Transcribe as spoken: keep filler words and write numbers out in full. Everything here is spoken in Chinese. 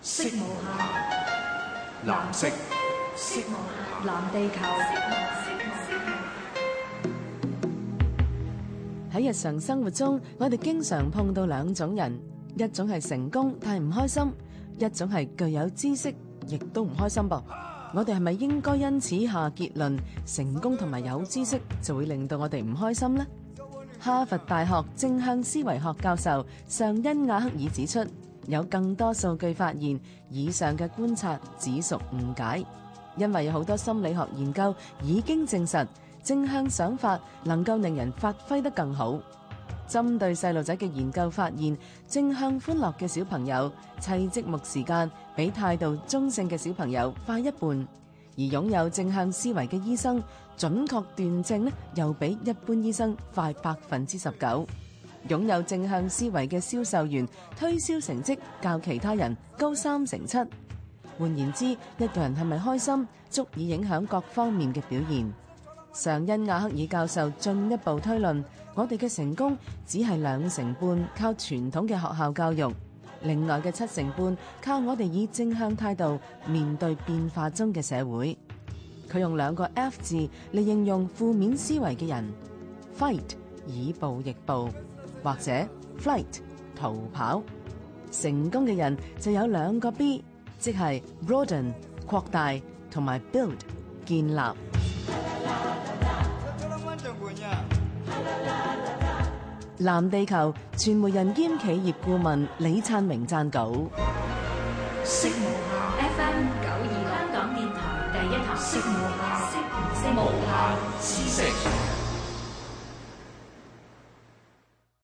色無限，藍色，色無限，藍地球。 喺日常生活中，我哋經常碰到兩種人，一種係成功但係唔開心，一種係具有知識亦都唔開心噃。我哋係咪應該因此下結論，成功同埋有知識就會令到我哋唔開心呢？哈佛大學正向思維學教授尚恩亞克爾指出，有更多數據發現以上嘅觀察只屬誤解，因為有好多心理學研究已經證實正向想法能夠令人發揮得更好。針對細路仔嘅研究發現，正向歡樂嘅小朋友砌積木時間比態度中性嘅小朋友快一半，而擁有正向思維嘅醫生準確斷症咧，又比一般醫生快百分之十九。擁有正向思維嘅銷售員推銷成績較其他人高三成七。換言之，一個人係咪開心，足以影響各方面嘅表現。尚恩亞克爾教授進一步推論，我哋嘅成功只係兩成半靠傳統嘅學校教育，另外嘅七成半靠我哋以正向態度面對變化中嘅社會。佢用兩個 F 字嚟形容負面思維嘅人 ：fight 以暴易暴，或者 flight 逃跑。成功嘅人就有兩個 B， 即係 broaden 擴大同埋 build 建立。藍地球傳媒人兼企業顧問李燦明撰稿。 色無限 F M 九二香港電台第一台，色無限，色無限知識。